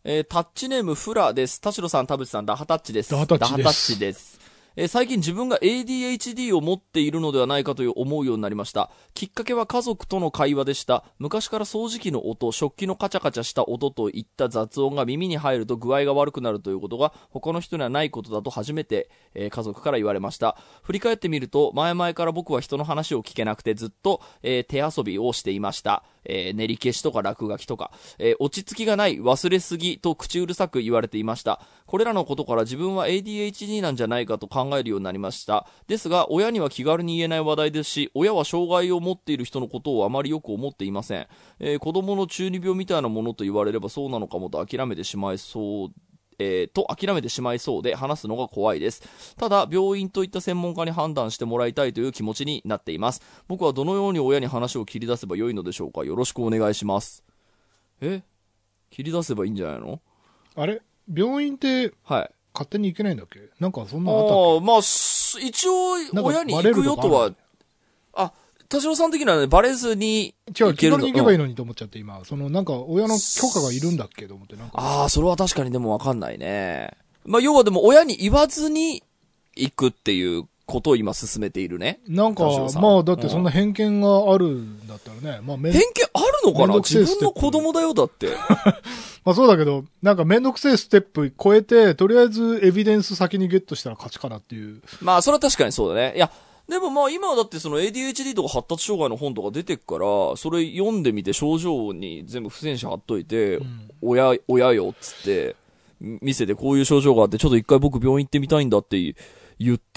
タッチネームフラです。田代さん、田淵さん、ダハタッチです。 ダハタッチです。 最近自分が ADHD を持っているのではないかと思うようになりました。きっかけは家族との会話でした。昔から掃除機の音、食器のカチャカチャした音といった雑音が耳に入ると具合が悪くなるということが他の人にはないことだと初めて、家族から言われました。振り返ってみると前々から僕は人の話を聞けなくてずっと、手遊びをしていました。練り消しとか落書きとか、落ち着きがない、忘れすぎと口うるさく言われていました。これらのことから自分は ADHD なんじゃないかと考えるようになりました。ですが親には気軽に言えない話題ですし、親は障害を持っている人のことをあまりよく思っていません。子供の中二病みたいなものと言われればそうなのかもと諦めてしまいそうで話すのが怖いです。ただ病院といった専門家に判断してもらいたいという気持ちになっています。僕はどのように親に話を切り出せばよいのでしょうか。よろしくお願いします。切り出せばいいんじゃないの？ あれ病院ってはい勝手に行けないんだっけ？なんかそんなのあったっけ？ まあ一応親に行くよとは、田代さん的にはね、バレずに行けるの。気軽に行けばいいのにと思っちゃって、今。なんか、親の許可がいるんだっけと思って。なんかそれは確かにでもわかんないね。まあ、要はでも親に言わずに行くっていうことを今進めているね。 なんか、まあ、だってそんな偏見があるんだったらね。まあ、 偏見あるのかな？自分の子供だよ、だって。 まあそうだけど、なんかめんどくせえステップ超えて、とりあえずエビデンス先にゲットしたら勝ちかなっていう。 まあ、それは確かにそうだね。いや、でもまあ今はだってその ADHD とか発達障害の本とか出てくから、それ読んでみて症状に全部付箋紙貼っといて、親よっつって、店でこういう症状があってちょっと一回僕病院行ってみたいんだって言って、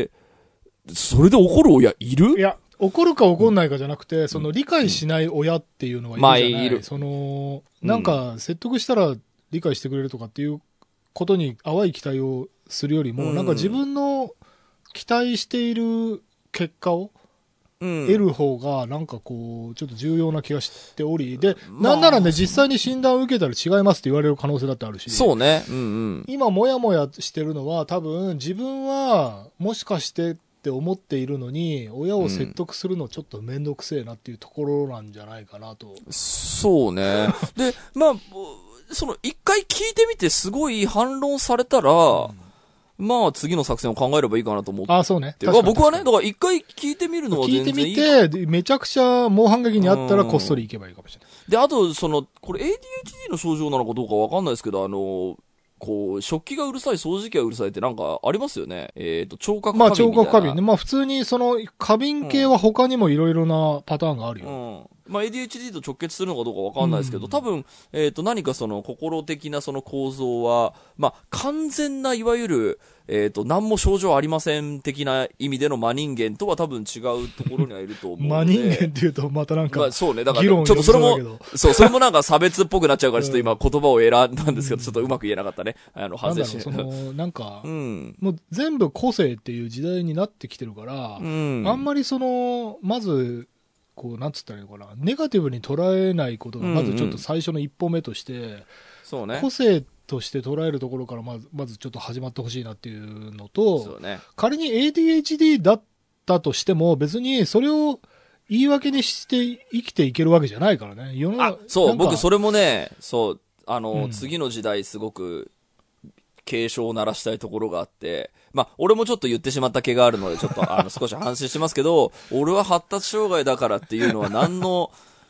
それで怒る親いる？ いや、怒るか怒んないかじゃなくて、理解しない親っていうのはいるじゃない。まあいる。なんか説得したら理解してくれるとかっていうことに淡い期待をするよりも、なんか自分の期待している結果を得る方がなんかこうちょっと重要な気がしており、で、なんならね、実際に診断を受けたら違いますって言われる可能性だってあるし。 そうね。 今もやもやしてるのは多分自分はもしかしてって思っているのに親を説得するのちょっとめんどくせえなっていうところなんじゃないかなと。 そうね。で、まあ、一回聞いてみてすごい反論されたら、まあ次の作戦を考えればいいかなと思って。 そうね。 僕はね、だから一回聞いてみるのは全然いい。 聞いてみて、めちゃくちゃ猛反撃にあったらこっそり行けばいいかもしれない。 で、あと、これ ADHD の症状なのかどうかわかんないですけど、こう、食器がうるさい、掃除機がうるさいってなんかありますよね。聴覚過敏みたいな。 まあ聴覚過敏ね。まあ普通に過敏系は他にもいろいろなパターンがあるよ。 まあ ADHD と直結するのかどうかわかんないですけど、多分、何か心的な構造は、まあ完全ないわゆる、何も症状ありません的な意味での真人間とは多分違うところにはいると思うので。 真人間っていうとまたなんか、 そうね。だから、ちょっとそれも、それもなんか差別っぽくなっちゃうから、ちょっと今言葉を選んだんですけど、ちょっとうまく言えなかったね。反省して。 なんか、もう全部個性っていう時代になってきてるから、あんまりまず、なんつったらいいのかな、ネガティブに捉えないことがまずちょっと最初の一歩目として、 そうね。 個性として捉えるところからまずちょっと始まってほしいなっていうのと、 そうね、 仮に ADHD だったとしても別にそれを言い訳にして生きていけるわけじゃないからね。 そう、僕それもね、次の時代すごく警鐘を鳴らしたいところがあって、まあ、俺もちょっと言ってしまった気があるので、ちょっと少し反省しますけど、俺は発達障害だからっていうのは何の、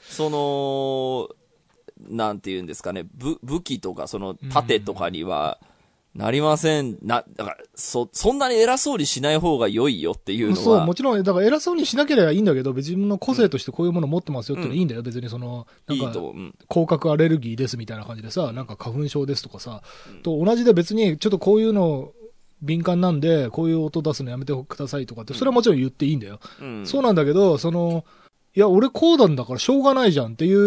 なんて言うんですかね、武器とか、盾とかにはなりません。だから、そんなに偉そうにしない方が良いよっていうのは。 そう、もちろん、だから偉そうにしなければいいんだけど、別に自分の個性としてこういうものを持ってますよってのはいいんだよ。別になんか、甲殻アレルギーですみたいな感じでさ、なんか花粉症ですとかさ、と同じで別にちょっとこういうの敏感なんで、こういう音出すのやめてくださいとかって、それはもちろん言っていいんだよ。そうなんだけど、いや、俺こうなんだからしょうがないじゃんっていう、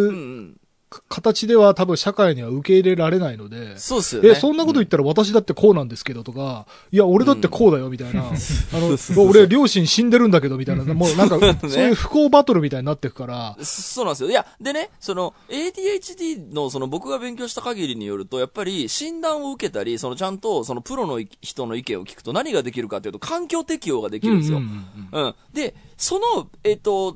形では多分社会には受け入れられないので、 そうっすよね。 そんなこと言ったら私だってこうなんですけどとか、いや、俺だってこうだよみたいな、俺両親死んでるんだけどみたいな、もうなんか、そういう不幸バトルみたいになってくから。 そうなんですよ。いや、でね、ADHD の僕が勉強した限りによると、やっぱり診断を受けたり、ちゃんとプロの人の意見を聞くと何ができるかというと、環境適応ができるんですよ。で、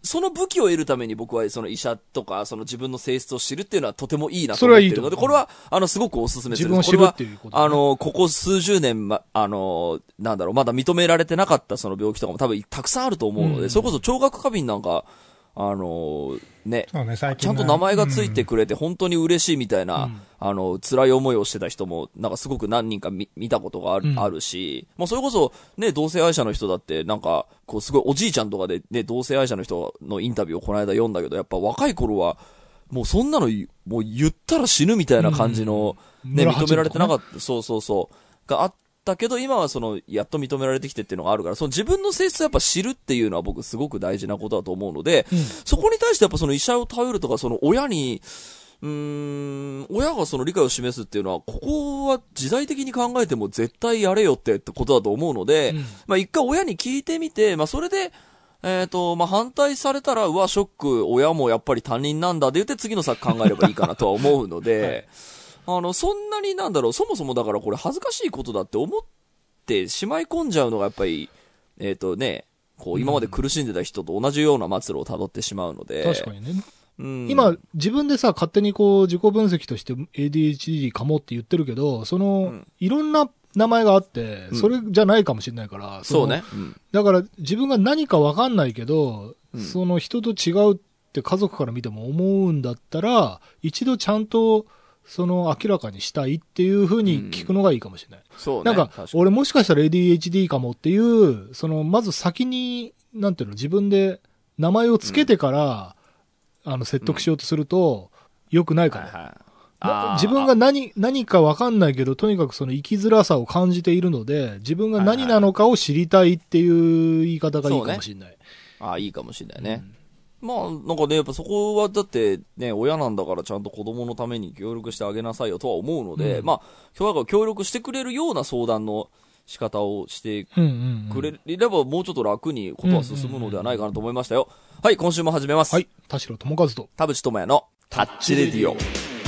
その武器を得るために僕はその医者とか、その自分の性質を知るっていうのはとてもいいなと思ってるので、これは、すごくお勧めする。 自分を知るっていうこと、ね、 ここ数十年、なんだろう、まだ認められてなかったその病気とかも多分たくさんあると思うので、それこそ聴覚過敏なんか、ね、ちゃんと名前がついてくれて本当に嬉しいみたいな、辛い思いをしてた人も、なんかすごく何人か見たことがあるし、まあそれこそね、同性愛者の人だって、なんか、こうすごいおじいちゃんとかでね、同性愛者の人のインタビューをこの間読んだけど、やっぱ若い頃は、もうそんなの、もう言ったら死ぬみたいな感じの、ね、認められてなかった、があったけど、今はやっと認められてきてっていうのがあるから、その自分の性質をやっぱ知るっていうのは僕すごく大事なことだと思うので、そこに対してやっぱその医者を頼るとか、その親に、親がその理解を示すっていうのは、ここは時代的に考えても絶対やれよってことだと思うので、まあ一回親に聞いてみて、まあそれで、まあ反対されたら、うわ、ショック、親もやっぱり他人なんだで言って次の作考えればいいかなとは思うので、そんなになんだろう、そもそもだからこれ恥ずかしいことだって思ってしまい込んじゃうのがやっぱり、こう今まで苦しんでた人と同じような末路を辿ってしまうので。 確かにね。今、自分でさ、勝手にこう、自己分析として ADHD かもって言ってるけど、いろんな名前があって、それじゃないかもしれないから。 そうね。 だから、自分が何かわかんないけど、その人と違うって家族から見ても思うんだったら、一度ちゃんと、明らかにしたいっていう風に聞くのがいいかもしれない。 そうね。 なんか、俺もしかしたら ADHD かもっていう、まず先に、なんていうの、自分で名前をつけてから、説得しようとすると、良くないかも。自分が何かわかんないけど、とにかく生きづらさを感じているので、自分が何なのかを知りたいっていう言い方がいいかもしれない。 いいかもしれないね。まあ、なんかね、やっぱそこはだってね、親なんだからちゃんと子供のために協力してあげなさいよとは思うので、まあ、今日は協力してくれるような相談の仕方をしてくれれば、もうちょっと楽にことは進むのではないかなと思いましたよ。はい、今週も始めます。 はい、田代智和と田淵智也のタッチレディオ。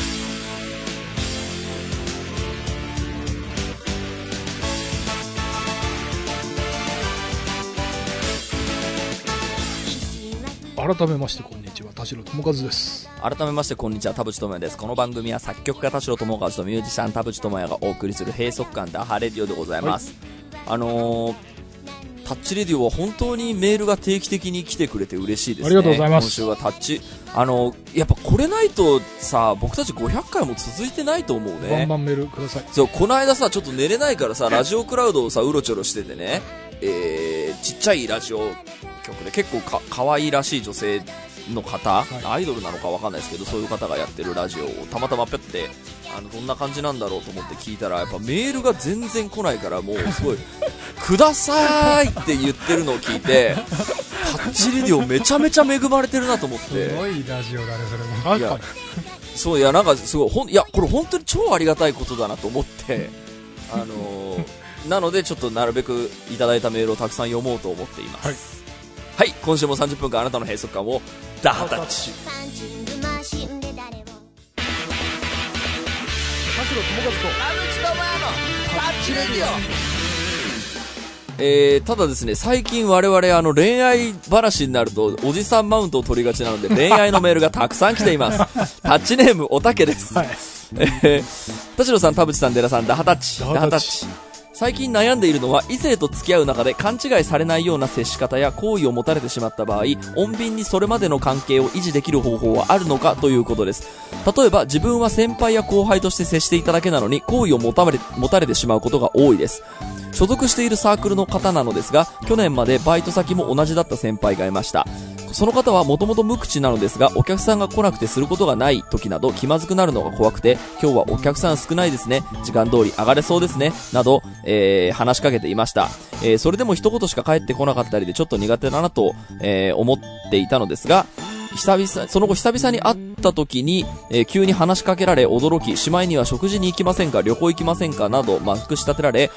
改めましてこんにちは、田代智和です。 改めましてこんにちは、田淵智也です。この番組は作曲家田代智和とミュージシャン田淵智也がお送りする閉塞感ダハレディオでございます。タッチレディオは本当にメールが定期的に来てくれて嬉しいですね。 ありがとうございます。 今週はタッチ、やっぱこれないとさ、僕たち500回も続いてないと思うね。 バンバンメールください。 そう、この間さ、ちょっと寝れないからさ、ラジオクラウドをさ、うろちょろしててね、ちっちゃいラジオ局で結構可愛らしい女性の方、アイドルなのかわかんないですけど、そういう方がやってるラジオをたまたまぴょってどんな感じなんだろうと思って聞いたら、やっぱメールが全然来ないから、もうすごいくださいって言ってるのを聞いて、タッチレディオめちゃめちゃ恵まれてるなと思って。 すごいラジオだね、それも。 確かに。 そう、いや、なんかすごい、いや、これ本当に超ありがたいことだなと思って、なのでちょっとなるべくいただいたメールをたくさん読もうと思っています。はい、今週も30分間あなたの閉塞感をダハタッチ。田代智和と田淵智也のタッチレディオ。ただですね、最近我々恋愛話になるとおじさんマウントを取りがちなので、恋愛のメールがたくさん来ています。タッチネームおたけです。田代さん、田淵さん、寺さん、ダハタッチ。ダハタッチ。最近悩んでいるのは、異性と付き合う中で勘違いされないような接し方や行為を持たれてしまった場合、穏便にそれまでの関係を維持できる方法はあるのかということです。例えば自分は先輩や後輩として接していただけなのに、好意を持たれてしまうことが多いです。所属しているサークルの方なのですが、去年までバイト先も同じだった先輩がいました。その方はもともと無口なのですが、お客さんが来なくてすることがない時など気まずくなるのが怖くて、今日はお客さん少ないですね、時間通り上がれそうですね、など、話しかけていました。それでも一言しか返ってこなかったりでちょっと苦手だなと、思っていたのですが、その後久々に会った時に、急に話しかけられ驚き、しまいには食事に行きませんか、旅行行きませんかなどまくし立てられ、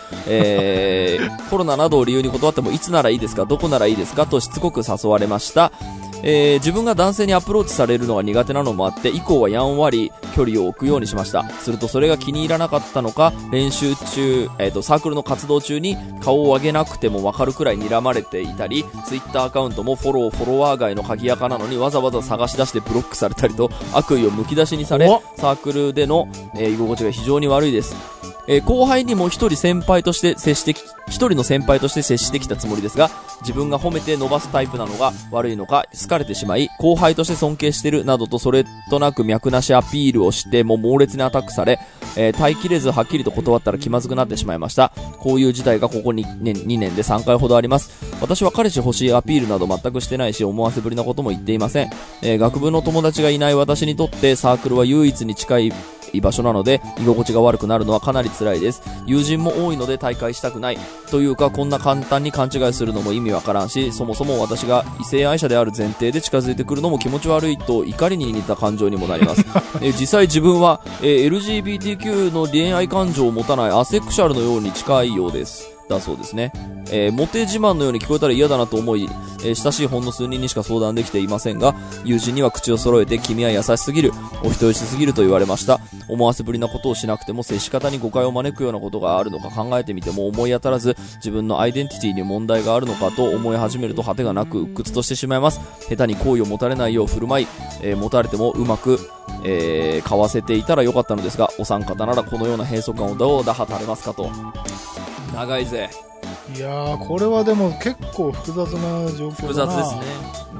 コロナなどを理由に断っても、いつならいいですか、どこならいいですかとしつこく誘われました。 自分が男性にアプローチされるのが苦手なのもあって、以降はやんわり距離を置くようにしました。するとそれが気に入らなかったのか、練習中、サークルの活動中に顔を上げなくてもわかるくらい睨まれていたり、ツイッターアカウントもフォロワー外の鍵垢なのにわざわざ探し出してブロックされたりと悪意をむき出しにされ、サークルでの、居心地が非常に悪いです。後輩にも一人の先輩として接してきたつもりですが、自分が褒めて伸ばすタイプなのが悪いのか好かれてしまい、後輩として尊敬してるなどとそれとなく脈なしアピールをしても猛烈にアタックされ、耐えきれずはっきりと断ったら気まずくなってしまいました。こういう事態がここ2年で3回ほどあります。私は彼氏欲しいアピールなど全くしてないし、思わせぶりなことも言っていません。学部の友達がいない私にとってサークルは唯一に近い場所なので、居心地が悪くなるのはかなり辛いです。友人も多いので大会したくないというか、こんな簡単に勘違いするのも意味わからんし、そもそも私が異性愛者である前提で近づいてくるのも気持ち悪いと怒りに似た感情にもなります。実際自分は、LGBTQ の恋愛感情を持たないアセクシャルのように近いようですだそうですね。モテ自慢のように聞こえたら嫌だなと思い、親しいほんの数人にしか相談できていませんが、友人には口を揃えて君は優しすぎる、お人よしすぎると言われました。思わせぶりなことをしなくても接し方に誤解を招くようなことがあるのか考えてみても思い当たらず、自分のアイデンティティに問題があるのかと思い始めると果てがなく鬱屈としてしまいます。下手に好意を持たれないよう振る舞い、持たれてもうまく、交わせていたらよかったのですが、お三方ならこのような閉塞感をどう打破されますかと。長いぜ。 いやー、これはでも結構複雑な状況だな。 複雑ですね。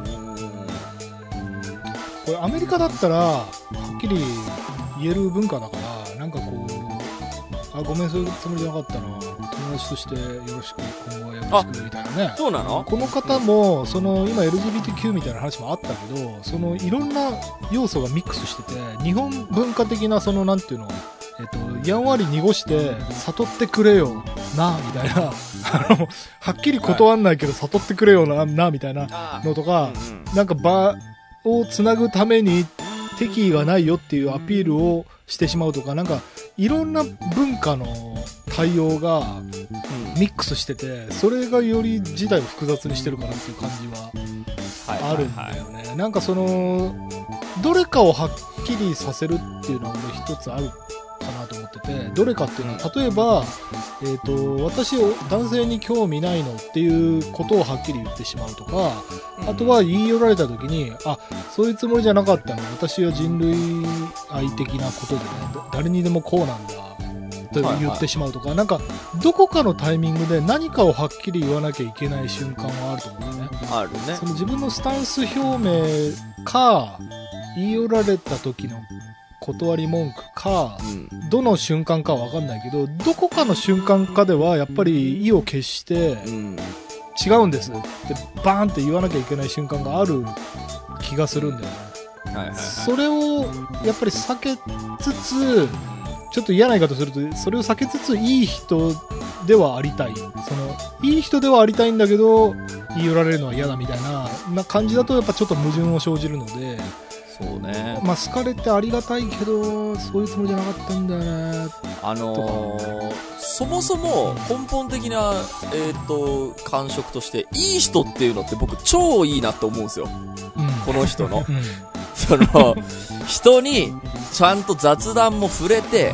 これアメリカだったらはっきり言える文化だから、なんかこう、あ、ごめん、そういうつもりじゃなかったな、友達としてよろしく、今後はよろしくみたいなね。 そうなの？ この方もその今 LGBTQ みたいな話もあったけど、そのいろんな要素がミックスしてて、日本文化的なそのなんていうの、やんわり濁して悟ってくれよなみたいなはっきり断んないけど悟ってくれよなみたいなのとか、なんか場をつなぐために敵意がないよっていうアピールをしてしまうとか、なんかいろんな文化の対応がミックスしてて、それがより事態を複雑にしてるかなっていう感じはあるんだよね。なんかそのどれかをはっきりさせるっていうのは俺一つあるかなと思ってて、どれかっていうのは例えば、私男性に興味ないのっていうことをはっきり言ってしまうとか、あとは言い寄られた時に、あ、そういうつもりじゃなかったの、私は人類愛的なことでね、誰にでもこうなんだと言ってしまうとか、なんかどこかのタイミングで何かをはっきり言わなきゃいけない瞬間はあると思うんだよね。 あるね。 その自分のスタンス表明か、言い寄られた時の断り文句か、どの瞬間かは分かんないけど、どこかの瞬間かではやっぱり意を決して違うんですってバーンって言わなきゃいけない瞬間がある気がするんだよね。それをやっぱり避けつつ、ちょっと嫌な言い方すると、それを避けつついい人ではありたい、そのいい人ではありたいんだけど言い寄られるのは嫌だみたいな感じだと、やっぱちょっと矛盾を生じるので、 そうね。 まあ好かれてありがたいけど、そういうつもりじゃなかったんだよね。 そもそも根本的な、感触として、いい人っていうのって僕超いいなって思うんですよ。この人の。その、人にちゃんと雑談も触れて、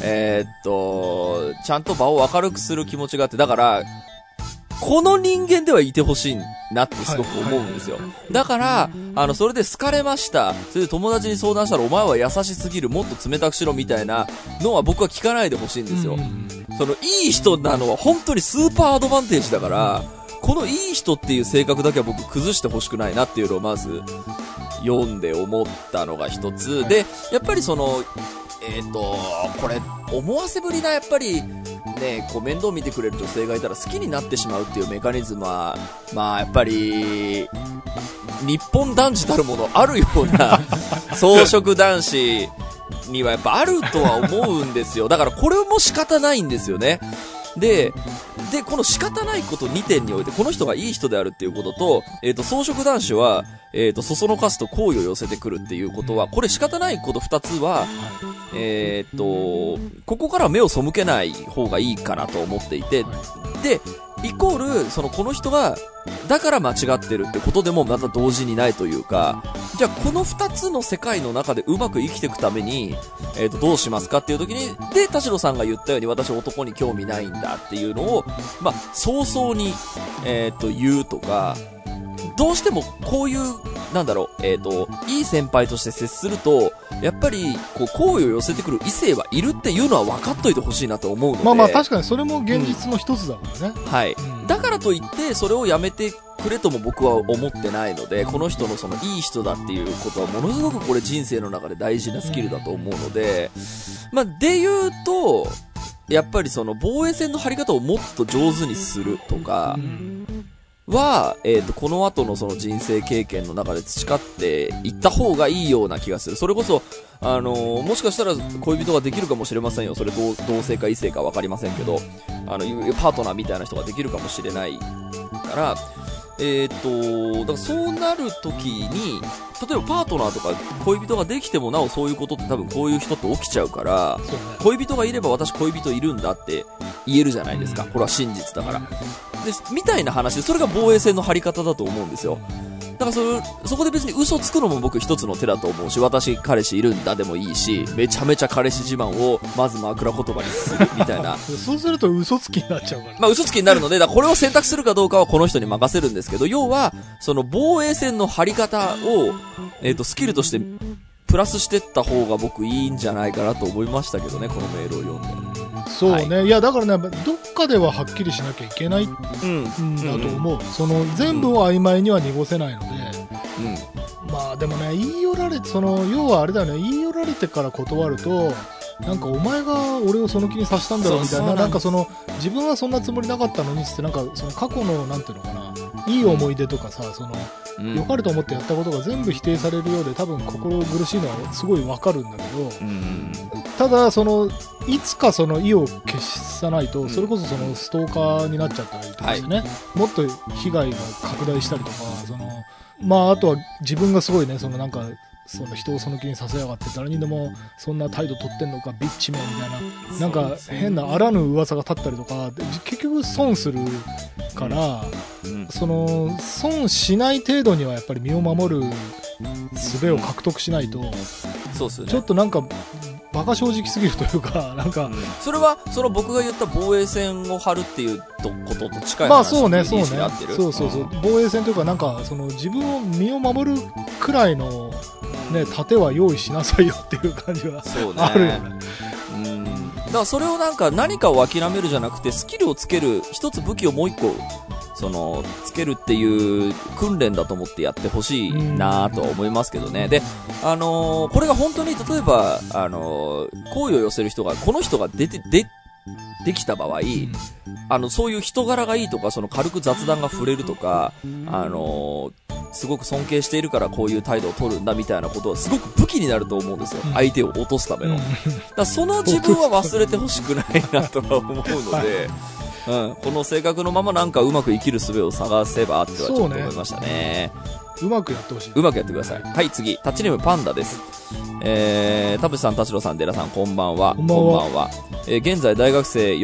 ちゃんと場を明るくする気持ちがあって、だから、この人間ではいてほしいなってすごく思うんですよ。だから、それで好かれました。それで友達に相談したら、お前は優しすぎる、もっと冷たくしろみたいなのは僕は聞かないでほしいんですよ。その、いい人なのは本当にスーパーアドバンテージだから、このいい人っていう性格だけは僕崩してほしくないなっていうのをまず、読んで思ったのが一つ。で、やっぱりその、これ、思わせぶりな、やっぱり、ね、こう面倒見てくれる女性がいたら好きになってしまうっていうメカニズムは、まあやっぱり日本男児たるものあるような草食男子にはやっぱあるとは思うんですよ。だからこれも仕方ないんですよね。で、この仕方ないこと2点において、この人がいい人であるっていうことと、草食男子は、そそのかすと好意を寄せてくるっていうことは、これ仕方ないこと2つは、ここから目を背けない方がいいかなと思っていて、で、イコール、この人が、 だから間違ってるってことでもまた同時にないというか、じゃあこの2つの世界の中でうまく生きていくために、どうしますかっていう時に、で、田代さんが言ったように私男に興味ないんだっていうのを、まあ、早々に、言うとか、どうしてもこういう、なんだろう、いい先輩として接すると、やっぱり、こう、好意を寄せてくる異性はいるっていうのは分かっといてほしいなと思うので。 まあまあ確かにそれも現実の一つだからね。 はい。だからといって、それをやめてくれとも僕は思ってないので、この人のそのいい人だっていうことはものすごくこれ人生の中で大事なスキルだと思うので、まあ、で言うと、やっぱりその防衛線の張り方をもっと上手にするとか、は、この後のその人生経験の中で培っていった方がいいような気がする。それこそ、もしかしたら恋人ができるかもしれませんよ。それ同性か異性か分かりませんけど、パートナーみたいな人ができるかもしれないから、だからそうなるときに、例えばパートナーとか恋人ができてもなおそういうことって多分こういう人って起きちゃうから、恋人がいれば私恋人いるんだって言えるじゃないですか。これは真実だから。で、みたいな話で、それが防衛線の張り方だと思うんですよ。だからそこで別に嘘つくのも僕一つの手だと思うし、私彼氏いるんだでもいいし、めちゃめちゃ彼氏自慢をまず枕言葉にするみたいな。 そうすると嘘つきになっちゃうから。 まあ嘘つきになるので、だからこれを選択するかどうかはこの人に任せるんですけど、要は、その防衛線の張り方を、スキルとしてプラスしてった方が僕いいんじゃないかなと思いましたけどね、このメールを読んで。 そうね、はい、いやだからね、どっかでははっきりしなきゃいけないんだと思う、その全部を曖昧には濁せないので、まあでもね、言い寄られて、要はあれだよね、言い寄られてから断ると、なんかお前が俺をその気にさせたんだろうみたいな、なんか自分はそんなつもりなかったのにって、なんかその過去のなんていうのかな、いい思い出とかさ、良かれと思ってやったことが全部否定されるようで、多分心苦しいのはすごいわかるんだけど、ただいつかその意を消さないと、それこそストーカーになっちゃったりとかしてね、もっと被害が拡大したりとか、まああとは自分がすごいね、なんか人をその気にさせやがって誰にでもそんな態度取ってんのかビッチメンみたいな、なんか変なあらぬ噂が立ったりとか、結局損するから、損しない程度にはやっぱり身を守る術を獲得しないと、 そうっすよね、 ちょっとなんかバカ正直すぎるというか、なんか、 それは僕が言った防衛線を張るっていうことと近い話。 まあそうね、そうね、そう防衛線というか、なんか自分を身を守るくらいのね、盾は用意しなさいよっていう感じはあるよね。 だからそれを何かを諦めるじゃなくて、スキルをつける、一つ武器をもう一個つけるっていう訓練だと思ってやってほしいなとは思いますけどね。で、これが本当に例えば好意を寄せる人が、この人ができた場合、そういう人柄がいいとか、軽く雑談が触れるとか、すごく尊敬しているからこういう態度を取るんだみたいなことはすごく武器になると思うんですよ。相手を落とすための。だからその自分は忘れてほしくないなとは思うので、この性格のままなんかうまく生きる術を探せばってはちょっと思いましたね。 うまくやってほしい。 うまくやってください。はい、次。タッチネームパンダです。田淵さん、田代さん、デラさん、こんばんは。こんばんは。現在大学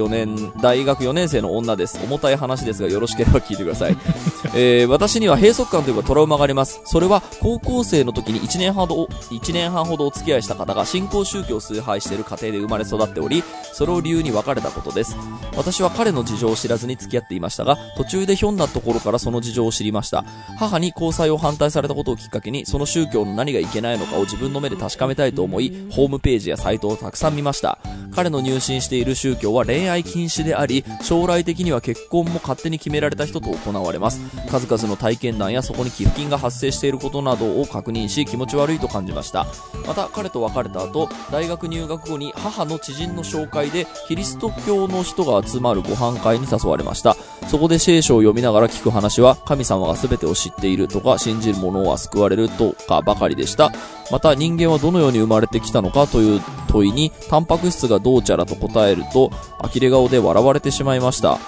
4年生の女です。重たい話ですがよろしければ聞いてください。私には閉塞感というかトラウマがあります。それは高校生の時に1年半ほどお付き合いした方が新興宗教を崇拝している家庭で生まれ育っており、それを理由に別れたことです。私は彼の事情を知らずに付き合っていましたが、途中でひょんなところからその事情を知りました。母に交際を反対されたことをきっかけに、その宗教の何がいけないのかを自分の目で確かめたいと思い、ホームページやサイトをたくさん見ました。彼の入信している宗教は恋愛禁止であり、将来的には結婚も勝手に決められた人と行われます。数々の体験談やそこに寄付金が発生していることなどを確認し、気持ち悪いと感じました。また彼と別れた後、大学入学後に母の知人の紹介でキリスト教の人が集まるご飯会に誘われました。そこで聖書を読みながら聞く話は、神様が全てを知っているとか、信じる者は救われるとかばかりでした。また人間はどのように生まれてきたのかという問いに、タンパク質がどうちゃらと答えると呆れ顔で笑われてしまいました。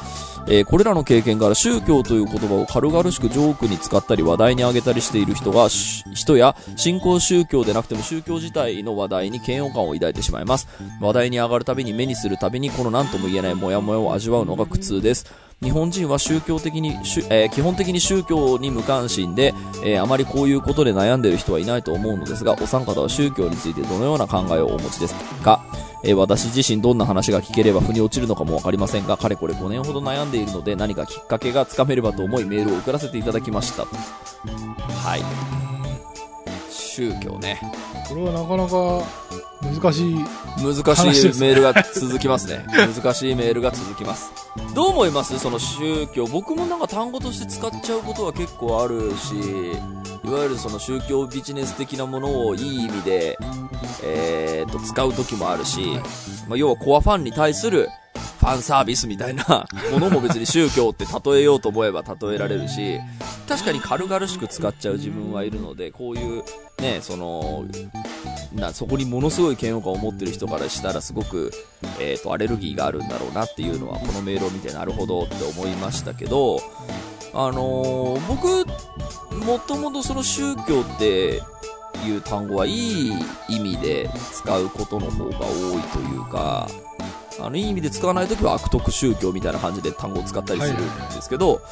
これらの経験から宗教という言葉を軽々しくジョークに使ったり話題に上げたりしている人や新興宗教でなくても宗教自体の話題に嫌悪感を抱いてしまいます。話題に上がるたびに目にするたびにこの何とも言えないモヤモヤを味わうのが苦痛です。日本人は基本的に宗教に無関心で、あまりこういうことで悩んでいる人はいないと思うのですが、お三方は宗教についてどのような考えをお持ちですか？私自身どんな話が聞ければ腑に落ちるのかもわかりませんが、かれこれ5年ほど悩んでいるので何かきっかけがつかめればと思いメールを送らせていただきました。はい。宗教ね。 これはなかなか難しいメールが続きますね。難しいメールが続きます。どう思います？その宗教。僕もなんか単語として使っちゃうことは結構あるし、いわゆるその宗教ビジネス的なものをいい意味で、使う時もあるし、要はコアファンに対するファンサービスみたいなものも別に宗教って例えようと思えば例えられるし、確かに軽々しく使っちゃう自分はいるので、こういうね、そこにものすごい嫌悪感を持ってる人からしたらすごく、アレルギーがあるんだろうなっていうのはこのメールを見てなるほどって思いましたけど、僕もともとその宗教っていう単語はいい意味で使うことの方が多いというか、いい意味で使わないときは悪徳宗教みたいな感じで単語を使ったりするんですけど、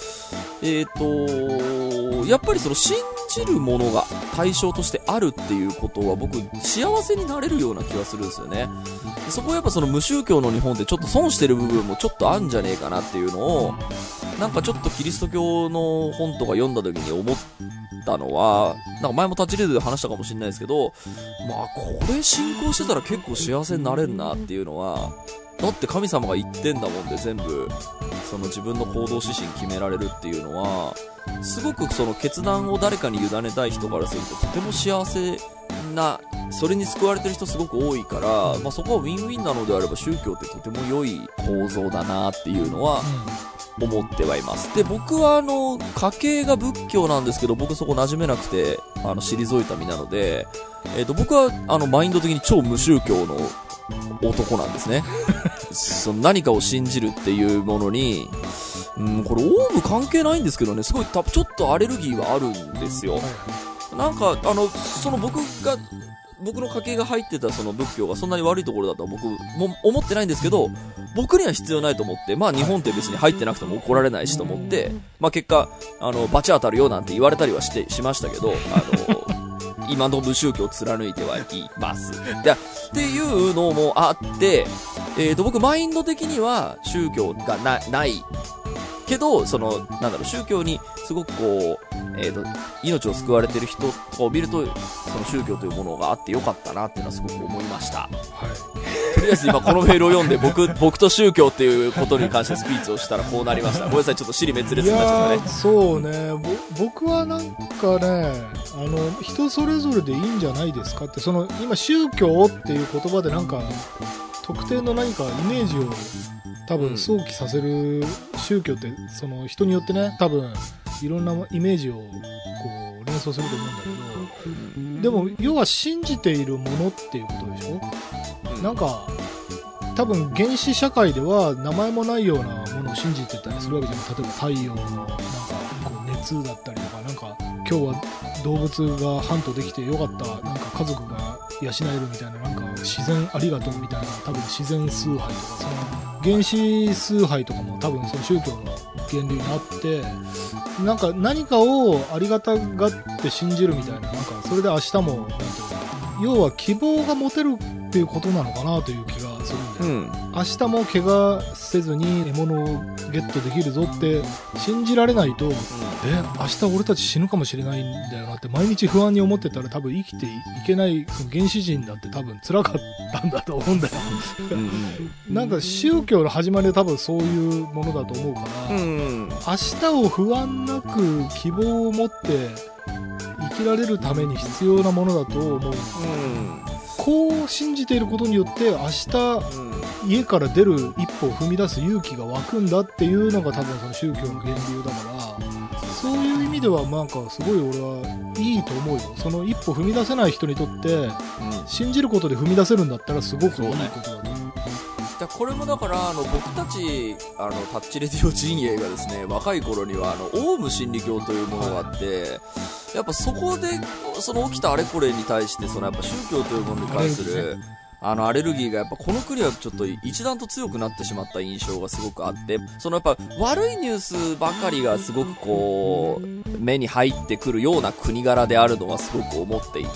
やっぱりその信じるものが対象としてあるっていうことは僕幸せになれるような気がするんですよね。そこはやっぱその無宗教の日本でちょっと損してる部分もちょっとあんじゃねえかなっていうのを、なんかちょっとキリスト教の本とか読んだ時に思ったのは、なんか前もタッチレードで話したかもしれないですけど、これ信仰してたら結構幸せになれるなっていうのは、だって神様が言ってんだもんで、全部その自分の行動指針決められるっていうのは、すごくその決断を誰かに委ねたい人からするととても幸せな、それに救われてる人すごく多いから、そこはウィンウィンなのであれば宗教ってとても良い構造だなっていうのは思ってはいます。で、僕は家系が仏教なんですけど、僕そこ馴染めなくて退いた身なので、僕はマインド的に超無宗教の男なんですね。その何かを信じるっていうものに、これオウム関係ないんですけどね、すごいちょっとアレルギーはあるんですよ。なんかその僕の家系が入ってたその仏教がそんなに悪いところだとは僕も思ってないんですけど、僕には必要ないと思って、日本って別に入ってなくても怒られないしと思って、結果罰当たるよなんて言われたりはしましたけど、今の無宗教を貫いてはいますっていうのもあって、僕マインド的には宗教がないけど、宗教にすごくこう、命を救われてる人とかを見ると、その宗教というものがあってよかったなっていうのはすごく思いました。はい。とりあえず今このメールを読んで僕と宗教っていうことに関してスピーチをしたらこうなりました。ごめんなさい、ちょっと尻滅裂になっちゃったね。 そうね、僕はなんかね、人それぞれでいいんじゃないですかって、今宗教っていう言葉でなんか特定の何かイメージを多分想起させる宗教って、その人によってね、多分いろんなイメージをこう連想すると思うんだけど、でも要は信じているものっていうことでしょ。なんか多分原始社会では名前もないようなものを信じてたりするわけじゃん。例えば太陽のなんかこう熱だったりとか、なんか今日は動物がハントできてよかった、なんか家族が養えるみたいな、なんか自然ありがとうみたいな、多分自然崇拝とか、その原始崇拝とかも多分その宗教の源流にあって、なんか何かをありがたがって信じるみたいな、なんかそれで明日もなんていうか、要は希望が持てるっていうことなのかなという気がするんだよ。明日も怪我せずに獲物をゲットできるぞって信じられないと、明日俺たち死ぬかもしれないんだよなって毎日不安に思ってたら、多分生きていけない。原始人だって多分辛かったんだと思うんだよ。なんか宗教の始まりは多分そういうものだと思うから、明日を不安なく希望を持って生きられるために必要なものだと思う。こう信じていることによって明日、家から出る一歩を踏み出す勇気が湧くんだっていうのが多分その宗教の源流だから、そういう意味ではなんかすごい俺はいいと思うよ。その一歩踏み出せない人にとって、信じることで踏み出せるんだったらすごくいいことだと思う。 これもだから僕たちタッチレディオ陣営がですね、若い頃にはオウム真理教というものがあって、やっぱそこでその起きたあれこれに対してそのやっぱ宗教というものに関するアレルギーがやっぱこの国はちょっと一段と強くなってしまった印象がすごくあって、そのやっぱ悪いニュースばかりがすごくこう目に入ってくるような国柄であるのはすごく思っている。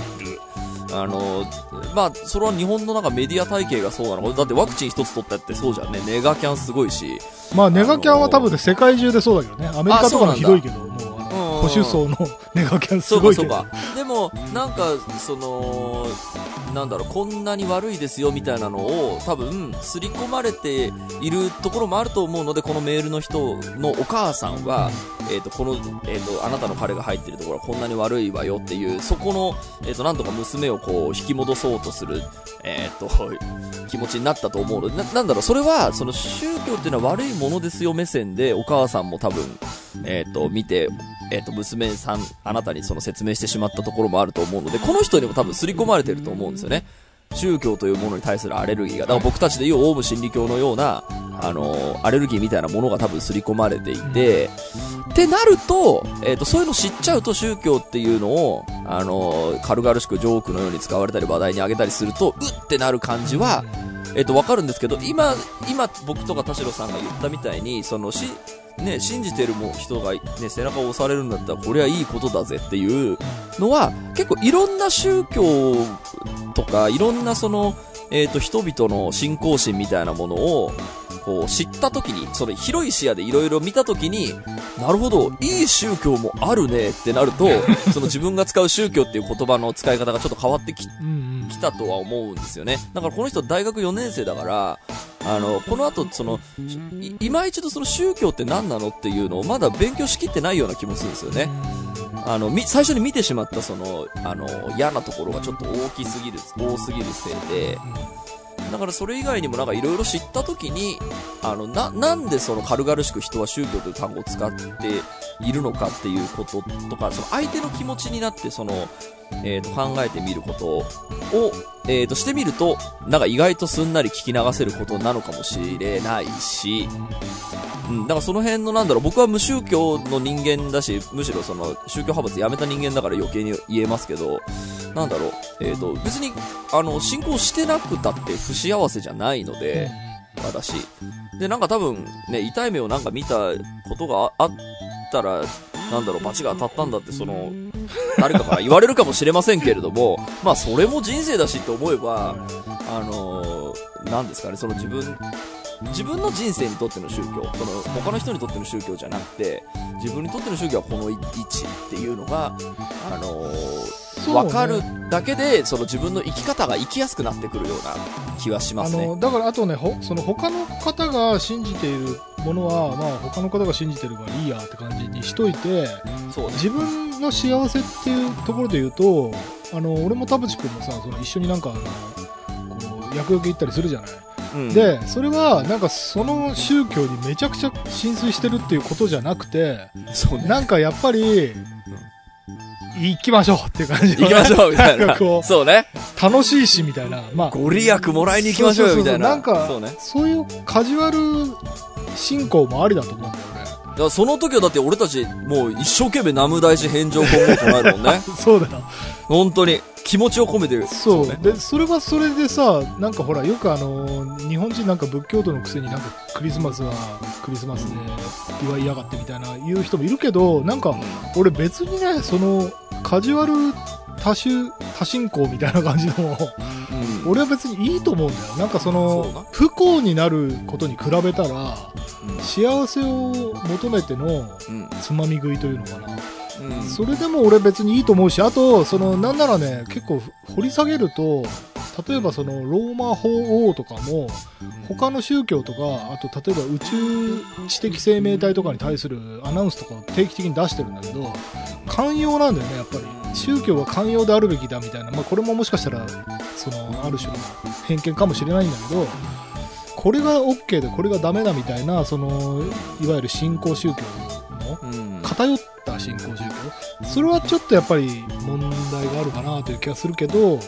まあそれは日本のなんかメディア体系がそうなの。だってワクチン一つ取ったってそうじゃんね。ネガキャンすごいし、 まあネガキャンは多分で世界中でそうだけどね。アメリカとかもひどいけど、もう保守層のネガキャンすごいけど。 そうか。でもなんかそのなんだろう、こんなに悪いですよみたいなのを多分刷り込まれているところもあると思うので、このメールの人のお母さんは、この、あなたの彼が入っているところはこんなに悪いわよっていう、そこの、なんとか娘をこう引き戻そうとする、気持ちになったと思うので、なんだろう、それはその宗教っていうのは悪いものですよ目線でお母さんも多分、見て、娘さんあなたにその説明してしまったところもあると思うので、この人にも多分刷り込まれてると思うんですよね。宗教というものに対するアレルギーが、だから僕たちでいうオウム真理教のようなアレルギーみたいなものが多分刷り込まれていて、ってなると、そういうの知っちゃうと宗教っていうのを軽々しくジョークのように使われたり話題に上げたりするとうってなる感じはわかるんですけど、今僕とか田代さんが言ったみたいにその信じてる人が、ね、背中を押されるんだったらこれはいいことだぜっていうのは結構いろんな宗教とかいろんなその、人々の信仰心みたいなものをこう知ったときに、それ広い視野でいろいろ見たときに、なるほどいい宗教もあるねってなるとその自分が使う宗教っていう言葉の使い方がちょっと変わってきたとは思うんですよね。だからこの人大学4年生だからこの後その今一度その宗教って何なのっていうのをまだ勉強しきってないような気もするんですよね。最初に見てしまったその嫌なところがちょっと多すぎるせいで、だからそれ以外にもなんかいろいろ知ったときになんでその軽々しく人は宗教という単語を使っているのかっていうこととか、その相手の気持ちになってその考えてみることをしてみるとなんか意外とすんなり聞き流せることなのかもしれないし、だからその辺のなんだろう、僕は無宗教の人間だし、むしろその宗教派閥やめた人間だから余計に言えますけど、なんだろう、別に信仰してなくたって不幸せじゃないので、私でなんか多分ね、痛い目をなんか見たことがあったらなんだろう、罰が当たったんだってその誰かから言われるかもしれませんけれども、まあそれも人生だしって思えばなんですかね、その自分の人生にとっての宗教、その他の人にとっての宗教じゃなくて自分にとっての宗教はこの位置っていうのが分かるだけでその自分の生き方が生きやすくなってくるような気はしますね。 だからあとね、その他の方が信じているものは、まあ、他の方が信じてるからいいやって感じにしといて、そう、ね、自分の幸せっていうところで言うと俺も田淵君もさ、その一緒になんかこう薬局行ったりするじゃない。でそれはなんかその宗教にめちゃくちゃ浸水してるっていうことじゃなくて、そう、ね、なんかやっぱり、行きましょうっていう感じ行きましょうみたいなそうね、 楽しいしみたいな、まあご利益もらいに行きましょうよみたいな、 なんかそういうカジュアル信仰もありだと思うんだよね。 だからその時はだって俺たちもう一生懸命南無大師返上今後唱えるもんねそうだよ、 本当に気持ちを込めてる。 そうね。でそれはそれでさ、なんかほらよく日本人なんか仏教徒のくせになんかクリスマスはクリスマスで祝いやがってみたいな言う人もいるけど、なんか俺別にね、そのカジュアル多信仰みたいな感じの、俺は別にいいと思うんだよ。なんかその不幸になることに比べたら、幸せを求めてのつまみ食いというのかな、それでも俺別にいいと思うし、あとそのなんならね、結構掘り下げると、例えばそのローマ法王とかも他の宗教とか、あと例えば宇宙知的生命体とかに対するアナウンスとかを定期的に出してるんだけど、寛容なんだよね。やっぱり宗教は寛容であるべきだみたいな、まあこれももしかしたらそのある種の偏見かもしれないんだけど、これが OK でこれがダメだみたいな、そのいわゆる新興宗教の偏った新興宗教、それはちょっとやっぱり問題があるかなという気がするけど、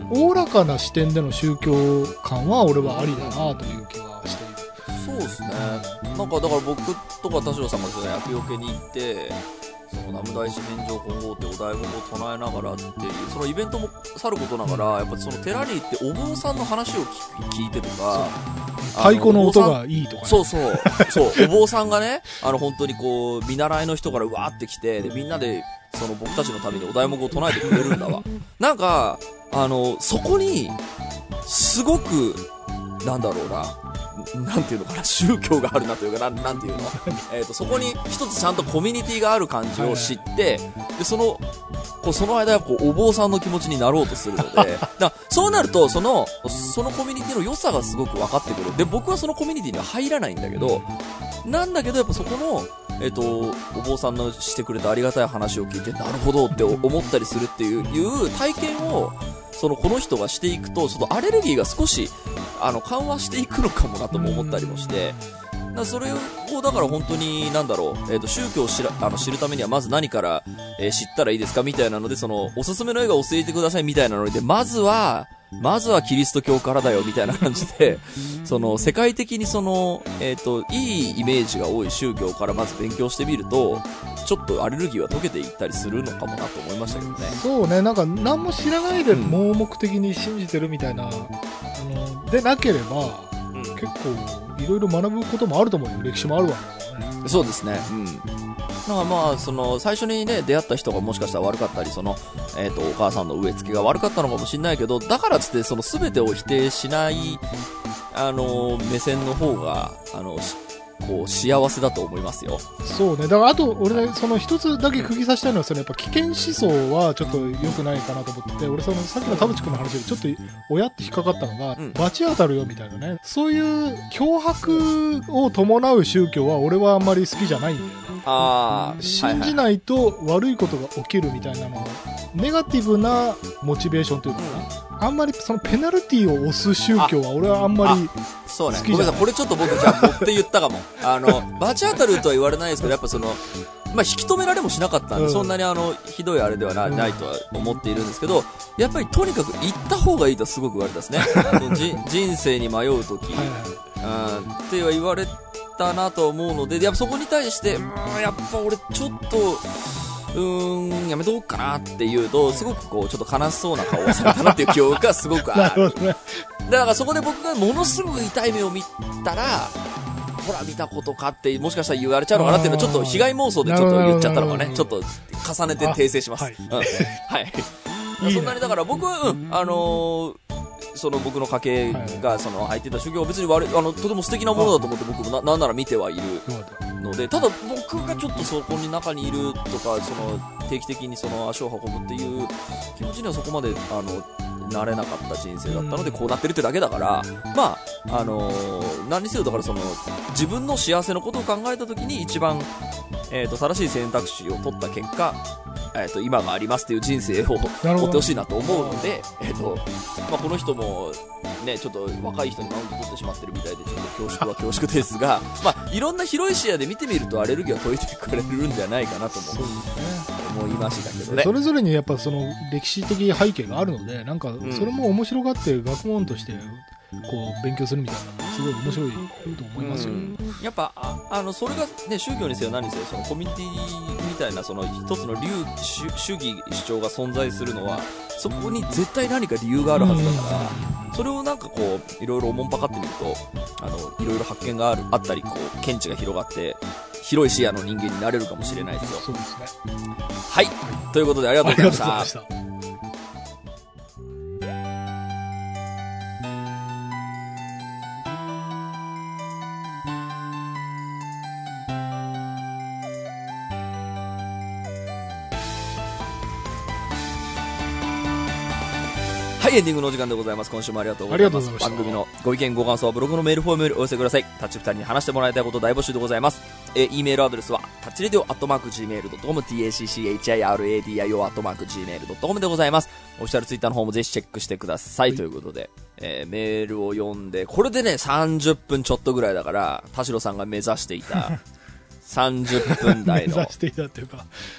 おおらかな視点での宗教観は俺はありだなという気はしている。 そうですね。なんかだから僕とか田代さんが厄除けに行って、その南無大師返上本号ってお題目を唱えながらっていうそのイベントもさることながら、やっぱりその寺に行ってお坊さんの話を聞いてとか、 太鼓の音がいいとか、ね、 そうお坊さんがね、本当にこう見習いの人からうわーって来て、でみんなでその僕たちのためにお題目を唱えてくれるんだわ。なんかそこにすごくなんだろうな、なんていうのかな、宗教があるなというか、なんていうのそこに一つちゃんとコミュニティがある感じを知って、でその間こうお坊さんの気持ちになろうとするのでそうなるとそのコミュニティの良さがすごく分かってくる。で僕はそのコミュニティには入らないんだけど、やっぱそこのお坊さんのしてくれたありがたい話を聞いて、なるほどって思ったりするっていう体験をこの人がしていくと、ちょっとアレルギーが少し緩和していくのかもなとも思ったりもして、それをだから本当になんだろう、宗教を知るためにはまず何から、知ったらいいですかみたいなので、おすすめの映画を教えてくださいみたいなので、まずはキリスト教からだよみたいな感じで世界的にいいイメージが多い宗教からまず勉強してみると、ちょっとアレルギーは解けていったりするのかもなと思いましたけどね。 そうね、なんか何も知らないで盲目的に信じてるみたいな、でなければ、結構いろいろ学ぶこともあると思うよ。歴史もあるわけだからね。 そうですね。なんか最初にね出会った人がもしかしたら悪かったり、お母さんの植え付けが悪かったのかもしれないけど、だからつって全てを否定しない目線の方がこう幸せだと思いますよ。 そうね。だからあと俺一つだけ釘刺したいのはやっぱ危険思想はちょっと良くないかなと思ってて、俺さっきの田淵君の話でちょっと親って引っかかったのが、罰当たるよみたいなね、そういう脅迫を伴う宗教は俺はあんまり好きじゃないんだよね。信じないと悪いことが起きるみたいなの、ネガティブなモチベーションというかな、あんまりペナルティを押す宗教は俺はあんまりそうね、ごめんなさい、これちょっと僕じゃあ持って言ったかも。バチ当たるとは言われないですけど、やっぱ引き止められもしなかったんで、そんなにひどいあれではないとは思っているんですけど、やっぱりとにかく行った方がいいとすごく言われたですね。人生に迷うとき、っては言われたなと思うので、やっぱそこに対して、やっぱ俺ちょっと、やめとこうかなっていうと、すごくこうちょっと悲しそうな顔をされたなっていう記憶がすごくある。だからそこで僕がものすごく痛い目を見たら、ほら見たことかってもしかしたら言われちゃうのかなっていうのはちょっと被害妄想でちょっと言っちゃったのがね、ちょっと重ねて訂正します。はい。そんなにだから僕は僕の家系が入ってた宗教は別にとても素敵なものだと思って僕もなんなら見てはいるので、ただ僕がちょっとそこに中にいるとか定期的に足を運ぶっていう気持ちにはそこまでなれなかった人生だったのでこうなってるってだけだから、何にせよだから自分の幸せのことを考えた時に一番正しい選択肢を取った結果今がありますっていう人生を追ってほしいなと思うので、この人もねちょっと若い人にマウント取ってしまってるみたいでちょっと恐縮ですが、いろんな広い視野で見てみるとアレルギーは解いてくれるんじゃないかなとも思いましたけどね。 それぞれにやっぱ歴史的背景があるので、なんかそれも面白がって学問としてこう勉強するみたいなのすごい面白いと思いますよ。 やっぱそれがね宗教にせよ何にせよコミュニティみたいな一つの主義主張が存在するのはそこに絶対何か理由があるはずだから、それをなんかこういろいろおもんぱかってみるといろいろ発見があったりこう見地が広がって広い視野の人間になれるかもしれないですよ。 そうですね。 はい、ということでありがとうございました。はい、エンディングのお時間でございます。今週もありがとうございます。番組のご意見ご感想はブログのメールフォームよりお寄せください。タッチ2人に話してもらいたいこと大募集でございます。E メールアドレスはタッチレディオ@gmail.com tacchiradio@gmail.com でございます。オフィシャルツイッターの方もぜひチェックしてくださいということで、メールを読んでこれでね30分ちょっとぐらいだから田代さんが目指していた30分台の目指していたっていうか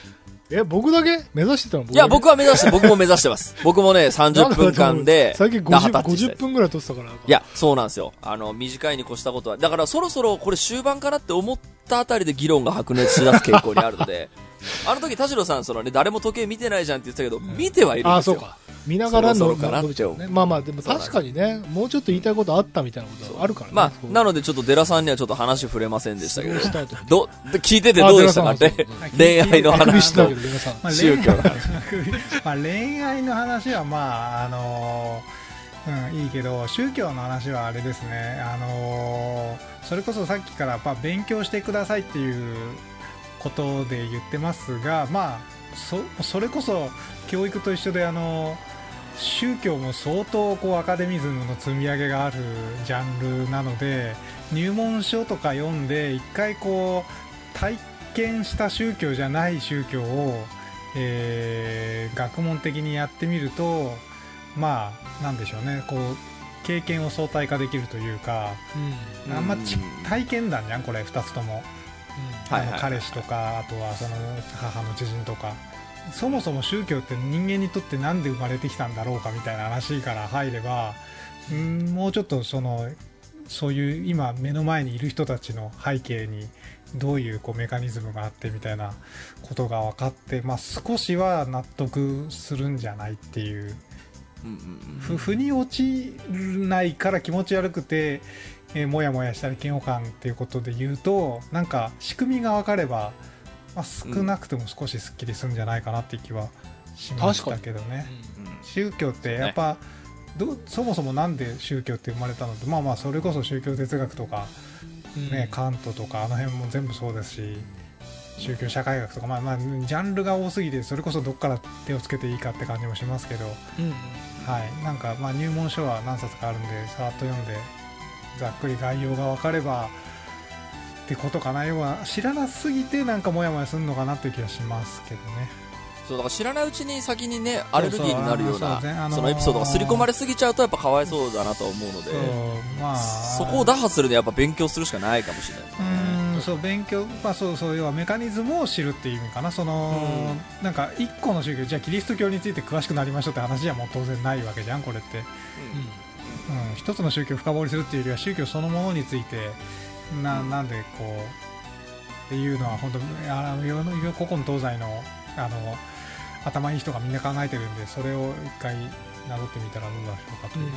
僕だけ目指してたの？ いや、僕も目指してます。僕もね、30分間で、 最近50分ぐらい撮ってたから。 いや、そうなんですよ。短いに越したことは。だからそろそろこれ終盤かなって思ったあたりで議論が白熱しだす傾向にあるので、あの時田代さん、誰も時計見てないじゃんって言ってたけど、見てはいるんですよ。 そうか。見ながらのかなってね。まあでも確かにね、もうちょっと言いたいことあったみたいなことはあるからね。 まあ、なのでちょっとデラさんにはちょっと話触れませんでしたけど、聞いててどうでしたかね。恋愛の話と宗教の話。 恋愛の話はいいけど、宗教の話はあれですね。それこそさっきから勉強してくださいっていうことで言ってますが、それこそ教育と一緒で宗教も相当アカデミズムの積み上げがあるジャンルなので、入門書とか読んで一回体験した宗教じゃない宗教を、学問的にやってみると、なんでしょうね、経験を相対化できるというか、あんま体験談じゃんこれ2つとも、彼氏とか、あとはその母の知人とか。そもそも宗教って人間にとってなんで生まれてきたんだろうかみたいな話から入れば、もうちょっとそういう今目の前にいる人たちの背景にどういうメカニズムがあってみたいなことが分かって、少しは納得するんじゃないっていう、腑に落ちないから気持ち悪くて、もやもやしたり嫌悪感っていうことで言うと、なんか仕組みが分かれば少なくても少しスッキリするんじゃないかなっていう気はしましたけどね。宗教ってやっぱそもそもなんで宗教って生まれたのって、それこそ宗教哲学とか、カントとかあの辺も全部そうですし、宗教社会学とか、ジャンルが多すぎてそれこそどっから手をつけていいかって感じもしますけど、なんか入門書は何冊かあるんでさーっと読んでざっくり概要が分かればってことかな。要は知らなすぎてなんかモヤモヤするのかなっていう気がしますけどね。 そうだから知らないうちに先にねアレルギーになるようなそのエピソードが刷り込まれすぎちゃうとやっぱかわいそうだなと思うので、そこを打破するにはやっぱ勉強するしかないかもしれないですね。 勉強、そう要はメカニズムを知るっていう意味かな。なんか一個の宗教、じゃあキリスト教について詳しくなりましょうって話じゃもう当然ないわけじゃんこれって。一つの宗教を深掘りするっていうよりは宗教そのものについてなんでっていうのは本当古今東西の頭いい人がみんな考えてるんで、それを一回なぞってみたらどうでしょうかという。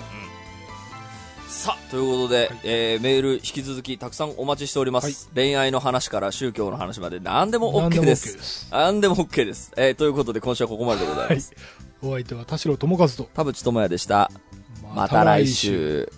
さあということで、メール引き続きたくさんお待ちしております。恋愛の話から宗教の話まで何でも OK です。何でも OK です。ということで今週はここまででございます。 お相手は田代智和と田淵智也でした。また来週。